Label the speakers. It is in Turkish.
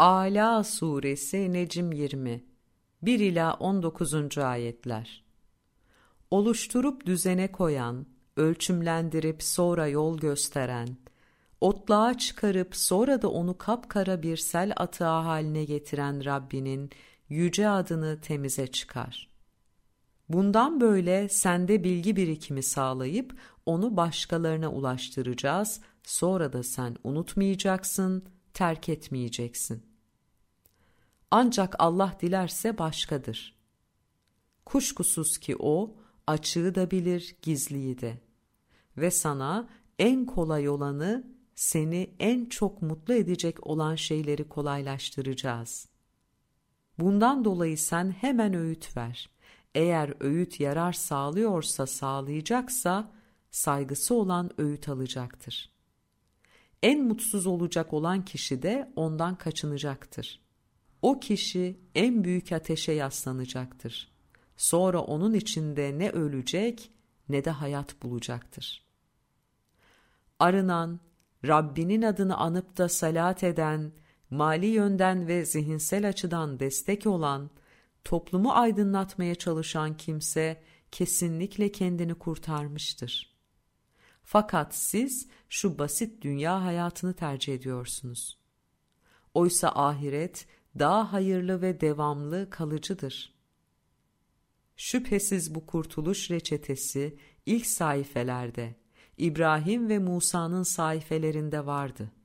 Speaker 1: Âlâ Suresi Necm 20 1 ila 19. ayetler. Oluşturup düzene koyan, ölçümlendirip sonra yol gösteren, otluğa çıkarıp sonra da onu kapkara bir sel atığı haline getiren Rabbinin yüce adını temize çıkar. Bundan böyle sende bilgi birikimi sağlayıp onu başkalarına ulaştıracağız, sonra da sen unutmayacaksın, terk etmeyeceksin. Ancak Allah dilerse başkadır. Kuşkusuz ki O, açığı da bilir, gizliyi de. Ve sana en kolay olanı, seni en çok mutlu edecek olan şeyleri kolaylaştıracağız. Bundan dolayı sen hemen öğüt ver. Eğer öğüt yarar sağlıyorsa, sağlayacaksa, saygısı olan öğüt alacaktır. En mutsuz olacak olan kişi de ondan kaçınacaktır. O kişi en büyük ateşe yaslanacaktır. Sonra onun içinde ne ölecek ne de hayat bulacaktır. Arınan, Rabbinin adını anıp da salat eden, mali yönden ve zihinsel açıdan destek olan, toplumu aydınlatmaya çalışan kimse kesinlikle kendini kurtarmıştır. Fakat siz şu basit dünya hayatını tercih ediyorsunuz. Oysa ahiret daha hayırlı ve devamlı kalıcıdır. Şüphesiz bu kurtuluş reçetesi ilk sayfelerde, İbrahim ve Musa'nın sayfelerinde vardı.